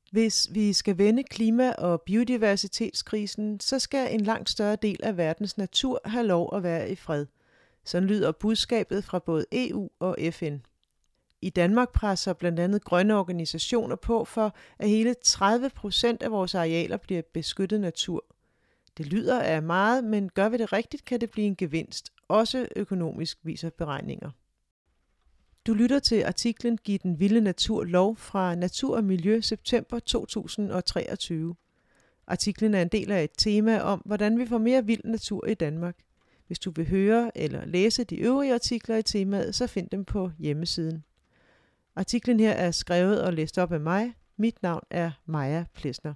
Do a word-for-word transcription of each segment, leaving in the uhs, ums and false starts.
Hvis vi skal vende klima- og biodiversitetskrisen, så skal en langt større del af verdens natur have lov at være i fred. Sådan lyder budskabet fra både E U og F N. I Danmark presser blandt andet grønne organisationer på for, at hele tredive procent af vores arealer bliver beskyttet natur. Det lyder af meget, men gør vi det rigtigt, kan det blive en gevinst, også økonomisk, viser beregninger. Du lytter til artiklen Giv den vilde natur lov fra Natur og Miljø september to tusind og treogtyve. Artiklen er en del af et tema om, hvordan vi får mere vild natur i Danmark. Hvis du vil høre eller læse de øvrige artikler i temaet, så find dem på hjemmesiden. Artiklen her er skrevet og læst op af mig. Mit navn er Maja Plesner.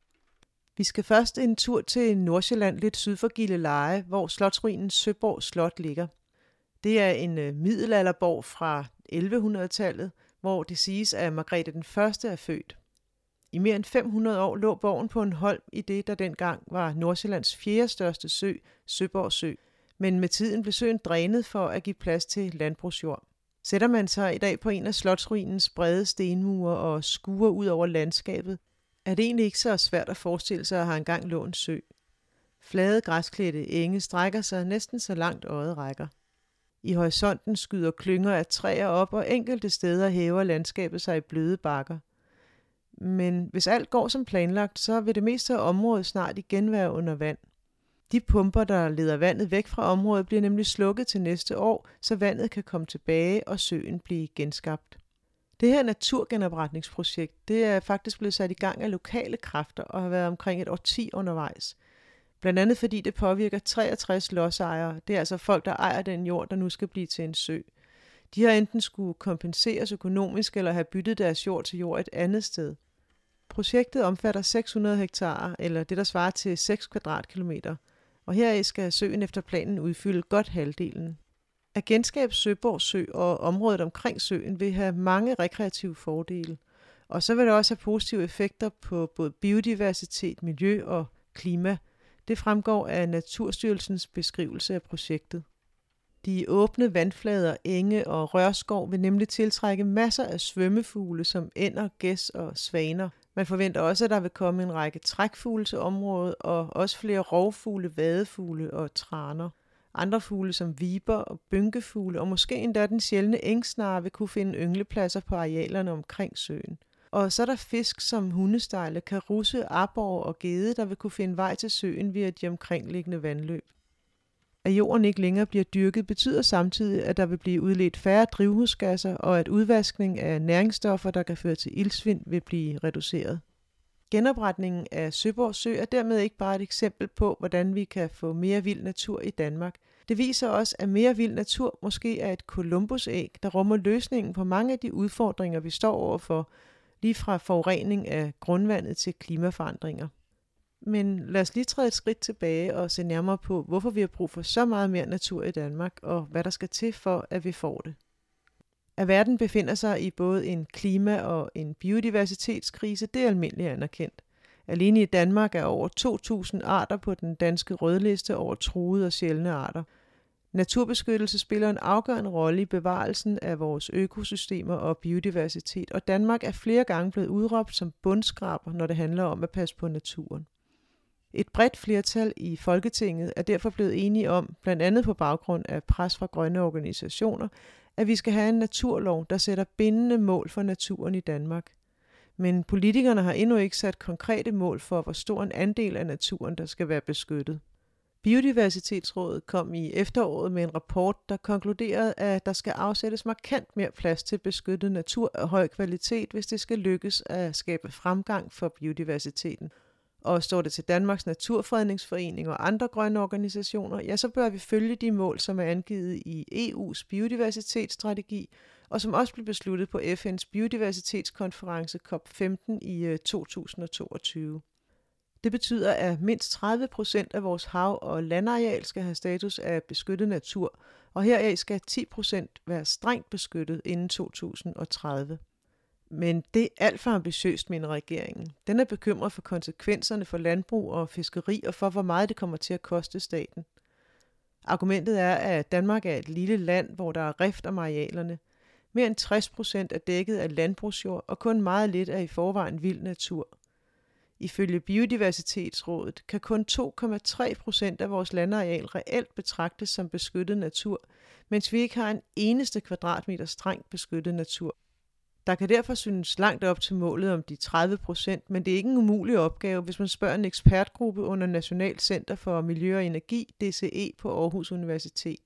Vi skal først en tur til Nordsjælland lidt syd for Gilleleje, hvor slotsruinen Søborg Slot ligger. Det er en øh, middelalderborg fra elleve hundrede-tallet, hvor det siges, at Margrethe den Første er født. I mere end fem hundrede år lå borgen på en holm i det, der dengang var Nordsjællands fjerde største sø, Søborg Sø. Men med tiden blev søen drænet for at give plads til landbrugsjord. Sætter man sig i dag på en af slotsruinens brede stenmure og skuer ud over landskabet, er det egentlig ikke så svært at forestille sig, at har engang lå en sø. Flade græsklædte enge strækker sig næsten så langt øjet rækker. I horisonten skyder klynger af træer op, og enkelte steder hæver landskabet sig i bløde bakker. Men hvis alt går som planlagt, så vil det meste af området snart igen være under vand. De pumper, der leder vandet væk fra området, bliver nemlig slukket til næste år, så vandet kan komme tilbage og søen blive genskabt. Det her naturgenopretningsprojekt, det er faktisk blevet sat i gang af lokale kræfter og har været omkring et årti undervejs. Blandt andet fordi det påvirker treogtres lodsejere. Det er altså folk, der ejer den jord, der nu skal blive til en sø. De har enten skulle kompenseres økonomisk eller have byttet deres jord til jord et andet sted. Projektet omfatter seks hundrede hektar, eller det der svarer til seks kvadratkilometer, og heraf skal søen efter planen udfylde godt halvdelen. At genskabe Søborg Sø og området omkring søen vil have mange rekreative fordele, og så vil det også have positive effekter på både biodiversitet, miljø og klima. Det fremgår af Naturstyrelsens beskrivelse af projektet. De åbne vandflader, enge og rørskov vil nemlig tiltrække masser af svømmefugle som ænder, gæs og svaner. Man forventer også, at der vil komme en række trækfugle til området, og også flere rovfugle, vadefugle og traner. Andre fugle som viber og bynkefugle, og måske endda den sjældne engsnare vil kunne finde ynglepladser på arealerne omkring søen. Og så er der fisk som hundestejle, karusse, aborre og gede, der vil kunne finde vej til søen via de omkringliggende vandløb. At jorden ikke længere bliver dyrket, betyder samtidig, at der vil blive udledt færre drivhusgasser, og at udvaskning af næringsstoffer, der kan føre til iltsvind, vil blive reduceret. Genopretningen af Søborg Sø er dermed ikke bare et eksempel på, hvordan vi kan få mere vild natur i Danmark. Det viser også, at mere vild natur måske er et Columbus-æg, der rummer løsningen på mange af de udfordringer, vi står overfor, lige fra forurening af grundvandet til klimaforandringer. Men lad os lige træde et skridt tilbage og se nærmere på, hvorfor vi har brug for så meget mere natur i Danmark, og hvad der skal til for, at vi får det. At verden befinder sig i både en klima- og en biodiversitetskrise, det er almindeligt anerkendt. Alene i Danmark er over to tusind arter på den danske rødliste over truede og sjældne arter. Naturbeskyttelse spiller en afgørende rolle i bevarelsen af vores økosystemer og biodiversitet, og Danmark er flere gange blevet udråbt som bundskraber, når det handler om at passe på naturen. Et bredt flertal i Folketinget er derfor blevet enige om, blandt andet på baggrund af pres fra grønne organisationer, at vi skal have en naturlov, der sætter bindende mål for naturen i Danmark. Men politikerne har endnu ikke sat konkrete mål for, hvor stor en andel af naturen, der skal være beskyttet. Biodiversitetsrådet kom i efteråret med en rapport, der konkluderede, at der skal afsættes markant mere plads til beskyttet natur af høj kvalitet, hvis det skal lykkes at skabe fremgang for biodiversiteten. Og står det til Danmarks Naturfredningsforening og andre grønne organisationer, ja, så bør vi følge de mål, som er angivet i E U's biodiversitetsstrategi, og som også blev besluttet på F N's biodiversitetskonference COP femten i to tusind og toogtyve. Det betyder, at mindst tredive procent af vores hav- og landareal skal have status af beskyttet natur, og heraf skal ti procent være strengt beskyttet inden to tusind og tredive. Men det er alt for ambitiøst, mener regeringen. Den er bekymret for konsekvenserne for landbrug og fiskeri, og for hvor meget det kommer til at koste staten. Argumentet er, at Danmark er et lille land, hvor der er rift om arealerne. Mere end tres procent er dækket af landbrugsjord, og kun meget lidt er i forvejen vild natur. Ifølge Biodiversitetsrådet kan kun to komma tre procent af vores landareal reelt betragtes som beskyttet natur, mens vi ikke har en eneste kvadratmeter strengt beskyttet natur. Der kan derfor synes langt op til målet om de tredive procent, men det er ikke en umulig opgave, hvis man spørger en ekspertgruppe under National Center for Miljø og Energi, D C E, på Aarhus Universitet.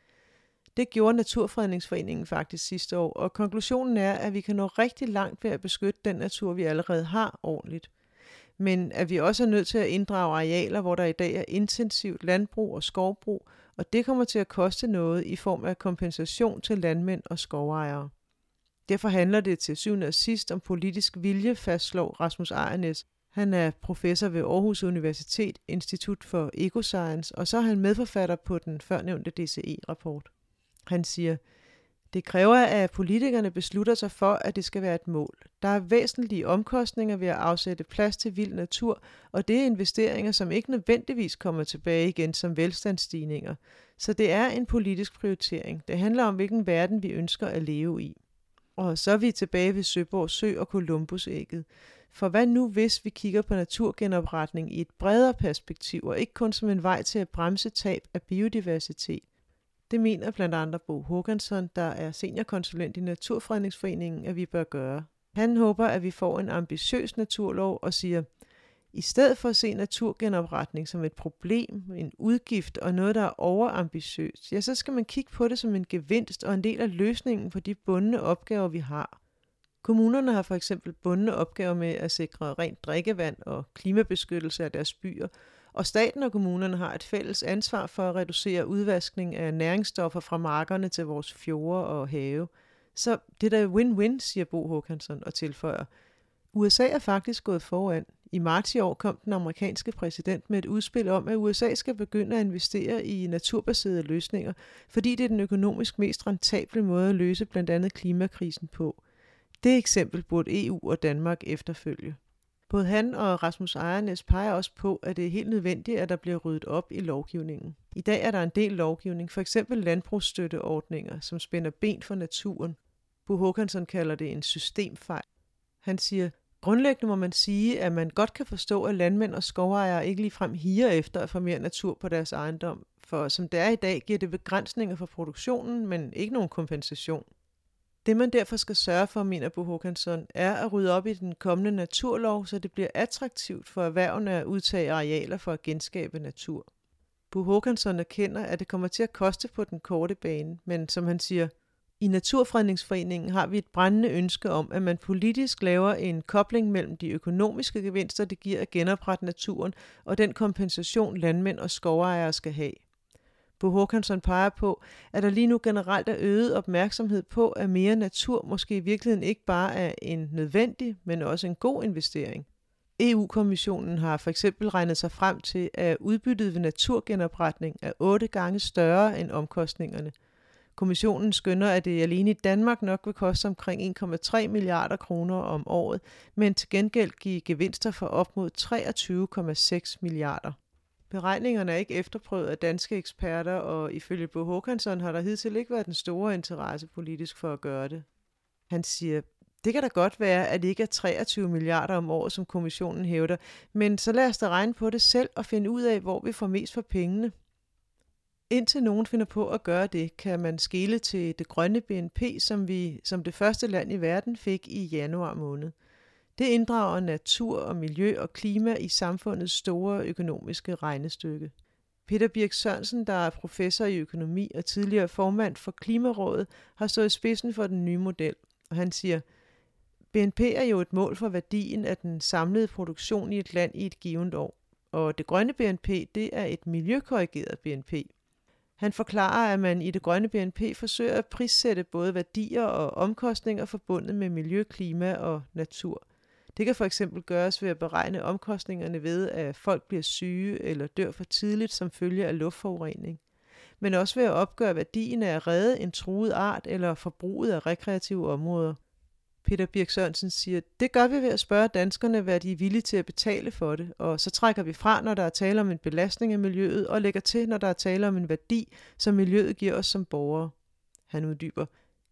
Det gjorde Naturfredningsforeningen faktisk sidste år, og konklusionen er, at vi kan nå rigtig langt ved at beskytte den natur, vi allerede har ordentligt. Men at vi også er nødt til at inddrage arealer, hvor der i dag er intensivt landbrug og skovbrug, og det kommer til at koste noget i form af kompensation til landmænd og skovejere. Derfor handler det til syvende og sidst om politisk vilje, fastslår Rasmus Ejrnæs. Han er professor ved Aarhus Universitet, Institut for Ecoscience, og så er han medforfatter på den førnævnte D C E-rapport. Han siger, det kræver, at politikerne beslutter sig for, at det skal være et mål. Der er væsentlige omkostninger ved at afsætte plads til vild natur, og det er investeringer, som ikke nødvendigvis kommer tilbage igen som velstandsstigninger. Så det er en politisk prioritering. Det handler om, hvilken verden vi ønsker at leve i. Og så er vi tilbage ved Søborg Sø og Columbus-ægget. For hvad nu, hvis vi kigger på naturgenopretning i et bredere perspektiv, og ikke kun som en vej til at bremse tab af biodiversitet? Det mener blandt andre Bo Håkansson, der er seniorkonsulent i Naturfredningsforeningen, at vi bør gøre. Han håber, at vi får en ambitiøs naturlov og siger, i stedet for at se naturgenopretning som et problem, en udgift og noget, der er overambitiøst, ja, så skal man kigge på det som en gevinst og en del af løsningen på de bundne opgaver, vi har. Kommunerne har for eksempel bundne opgaver med at sikre rent drikkevand og klimabeskyttelse af deres byer, og staten og kommunerne har et fælles ansvar for at reducere udvaskning af næringsstoffer fra markerne til vores fjorde og have. Så det er da win-win, siger Bo Håkansson og tilføjer. U S A er faktisk gået foran. I marts i år kom den amerikanske præsident med et udspil om, at U S A skal begynde at investere i naturbaserede løsninger, fordi det er den økonomisk mest rentable måde at løse blandt andet klimakrisen på. Det eksempel burde E U og Danmark efterfølge. Både han og Rasmus Ejrnæs peger også på, at det er helt nødvendigt, at der bliver ryddet op i lovgivningen. I dag er der en del lovgivning, for eksempel landbrugsstøtteordninger, som spænder ben for naturen. Bo Håkansson kalder det en systemfejl. Han siger, grundlæggende må man sige, at man godt kan forstå, at landmænd og skovejere ikke ligefrem higer efter at få mere natur på deres ejendom, for som det er i dag, giver det begrænsninger for produktionen, men ikke nogen kompensation. Det man derfor skal sørge for, mener Bo Håkansson, er at rydde op i den kommende naturlov, så det bliver attraktivt for erhvervene at udtage arealer for at genskabe natur. Bo Håkansson erkender, at det kommer til at koste på den korte bane, men som han siger, i Naturfredningsforeningen har vi et brændende ønske om, at man politisk laver en kobling mellem de økonomiske gevinster, det giver at genoprette naturen, og den kompensation landmænd og skovejere skal have. Bo Håkansson peger på, at der lige nu generelt er øget opmærksomhed på, at mere natur måske i virkeligheden ikke bare er en nødvendig, men også en god investering. E U-kommissionen har for eksempel regnet sig frem til, at udbyttet ved naturgenopretning er otte gange større end omkostningerne. Kommissionen skønner, at det alene i Danmark nok vil koste omkring en komma tre milliarder kroner om året, men til gengæld give gevinster for op mod treogtyve komma seks milliarder. Beregningerne er ikke efterprøvet af danske eksperter, og ifølge Bo Håkansson har der hidtil ikke været den store interesse politisk for at gøre det. Han siger, det kan da godt være, at det ikke er treogtyve milliarder om året, som kommissionen hævder, men så lad os da regne på det selv og finde ud af, hvor vi får mest for pengene. Indtil nogen finder på at gøre det, kan man skele til det grønne B N P, som vi som det første land i verden fik i januar måned. Det inddrager natur og miljø og klima i samfundets store økonomiske regnestykke. Peter Birch Sørensen, der er professor i økonomi og tidligere formand for Klimarådet, har stået i spidsen for den nye model, og han siger, B N P er jo et mål for værdien af den samlede produktion i et land i et givet år, og det grønne B N P, det er et miljøkorrigeret B N P. Han forklarer, at man i det grønne B N P forsøger at prissætte både værdier og omkostninger forbundet med miljø, klima og natur. Det kan for eksempel gøres ved at beregne omkostningerne ved, at folk bliver syge eller dør for tidligt som følge af luftforurening. Men også ved at opgøre værdien af at redde en truet art eller forbruget af rekreative områder. Peter Birch Sørensen siger, det gør vi ved at spørge danskerne, hvad de er villige til at betale for det, og så trækker vi fra, når der er tale om en belastning af miljøet, og lægger til, når der er tale om en værdi, som miljøet giver os som borgere. Han uddyber,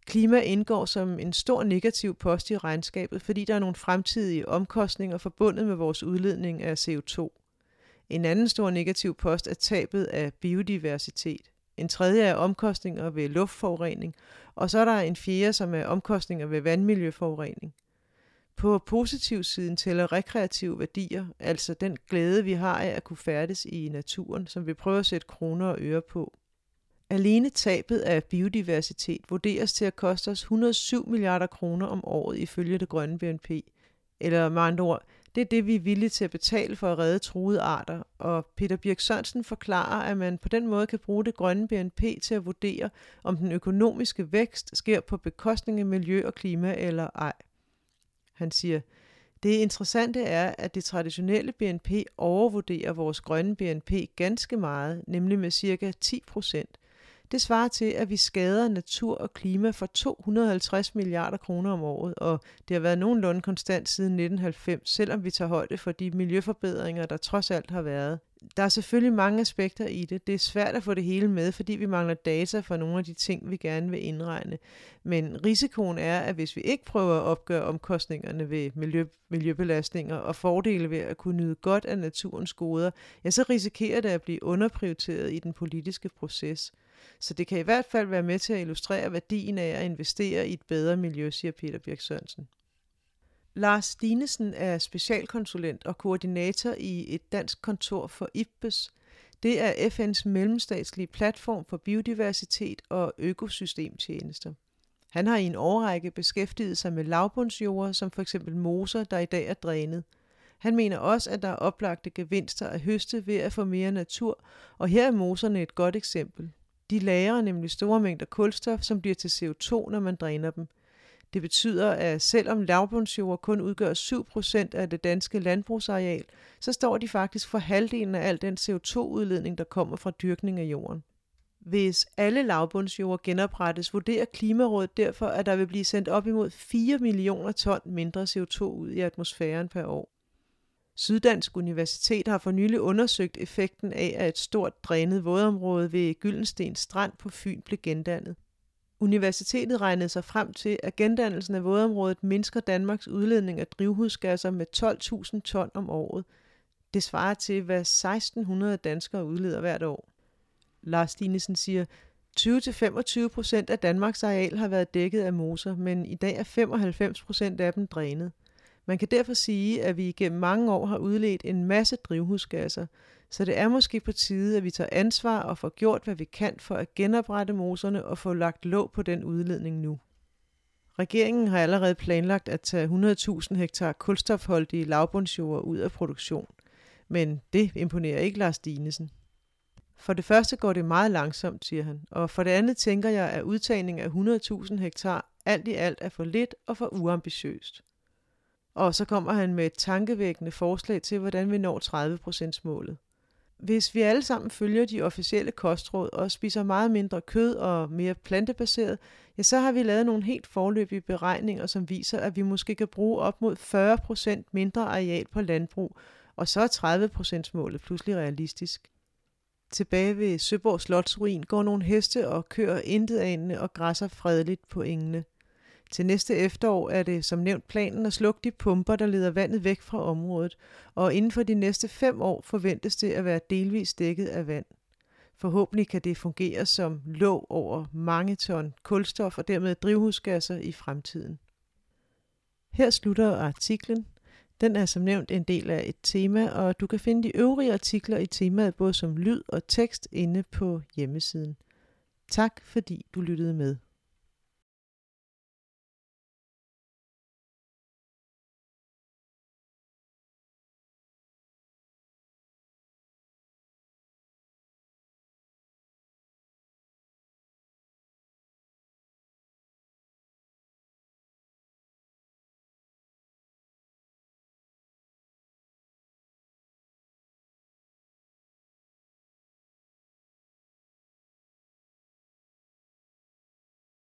Klima indgår som en stor negativ post i regnskabet, fordi der er nogle fremtidige omkostninger forbundet med vores udledning af C O to. En anden stor negativ post er tabet af biodiversitet. En tredje er omkostninger ved luftforurening, og så er der en fjerde, som er omkostninger ved vandmiljøforurening. På positivsiden tæller rekreative værdier, altså den glæde, vi har af at kunne færdes i naturen, som vi prøver at sætte kroner og øre på. Alene tabet af biodiversitet vurderes til at koste os et hundrede og syv milliarder kroner om året ifølge det grønne B N P. Eller med andre ord, det er det, vi er villige til at betale for at redde truede arter, og Peter Birch Sørensen forklarer, at man på den måde kan bruge det grønne B N P til at vurdere, om den økonomiske vækst sker på bekostning af miljø og klima eller ej. Han siger, det interessante er, at det traditionelle B N P overvurderer vores grønne B N P ganske meget, nemlig med cirka ti procent. Det svarer til, at vi skader natur og klima for to hundrede og halvtreds milliarder kroner om året, og det har været nogenlunde konstant siden nitten halvfems, selvom vi tager højde for de miljøforbedringer, der trods alt har været. Der er selvfølgelig mange aspekter i det. Det er svært at få det hele med, fordi vi mangler data for nogle af de ting, vi gerne vil indregne. Men risikoen er, at hvis vi ikke prøver at opgøre omkostningerne ved miljø, miljøbelastninger og fordele ved at kunne nyde godt af naturens goder, ja, så risikerer det at blive underprioriteret i den politiske proces. Så det kan i hvert fald være med til at illustrere værdien af at investere i et bedre miljø, siger Peter Birch Sørensen. Lars Dinesen er specialkonsulent og koordinator i et dansk kontor for I P B E S. Det er F N's mellemstatslige platform for biodiversitet og økosystemtjenester. Han har i en årrække beskæftiget sig med lavbundsjorder, som f.eks. moser, der i dag er drænet. Han mener også, at der er oplagte gevinster at høste ved at få mere natur, og her er moserne et godt eksempel. De lagrer nemlig store mængder kulstof, som bliver til C O to, når man dræner dem. Det betyder, at selvom lavbundsjorder kun udgør syv procent af det danske landbrugsareal, så står de faktisk for halvdelen af al den C O to udledning, der kommer fra dyrkning af jorden. Hvis alle lavbundsjorder genoprettes, vurderer Klimarådet derfor, at der vil blive sendt op imod fire millioner ton mindre C O to ud i atmosfæren per år. Syddansk Universitet har for nylig undersøgt effekten af, at et stort drænet vådområde ved Gyldensten Strand på Fyn blev gendannet. Universitetet regnede sig frem til, at gendannelsen af vådområdet mindsker Danmarks udledning af drivhusgasser med tolv tusind ton om året. Det svarer til, hvad seksten hundrede danskere udleder hvert år. Lars Dinesen siger, tyve til femogtyve procent af Danmarks areal har været dækket af moser, men i dag er femoghalvfems procent af dem drænet. Man kan derfor sige, at vi igennem mange år har udledt en masse drivhusgasser, så det er måske på tide, at vi tager ansvar og får gjort, hvad vi kan for at genoprette moserne og få lagt låg på den udledning nu. Regeringen har allerede planlagt at tage hundrede tusind hektar kulstofholdige lavbundsjorder ud af produktion, men det imponerer ikke Lars Dinesen. For det første går det meget langsomt, siger han, og for det andet tænker jeg, at udtagning af hundrede tusind hektar alt i alt er for lidt og for uambitiøst. Og så kommer han med et tankevækkende forslag til, hvordan vi når tredive procent målet. Hvis vi alle sammen følger de officielle kostråd og spiser meget mindre kød og mere plantebaseret, ja, så har vi lavet nogle helt foreløbige beregninger, som viser, at vi måske kan bruge op mod fyrre procent mindre areal på landbrug, og så er tredive procent målet pludselig realistisk. Tilbage ved Søborg Slotsruin går nogle heste og kører intetanende og græsser fredeligt på engene. Til næste efterår er det som nævnt planen at slukke de pumper, der leder vandet væk fra området, og inden for de næste fem år forventes det at være delvis dækket af vand. Forhåbentlig kan det fungere som låg over mange ton kulstof og dermed drivhusgasser i fremtiden. Her slutter artiklen. Den er som nævnt en del af et tema, og du kan finde de øvrige artikler i temaet både som lyd og tekst inde på hjemmesiden. Tak fordi du lyttede med.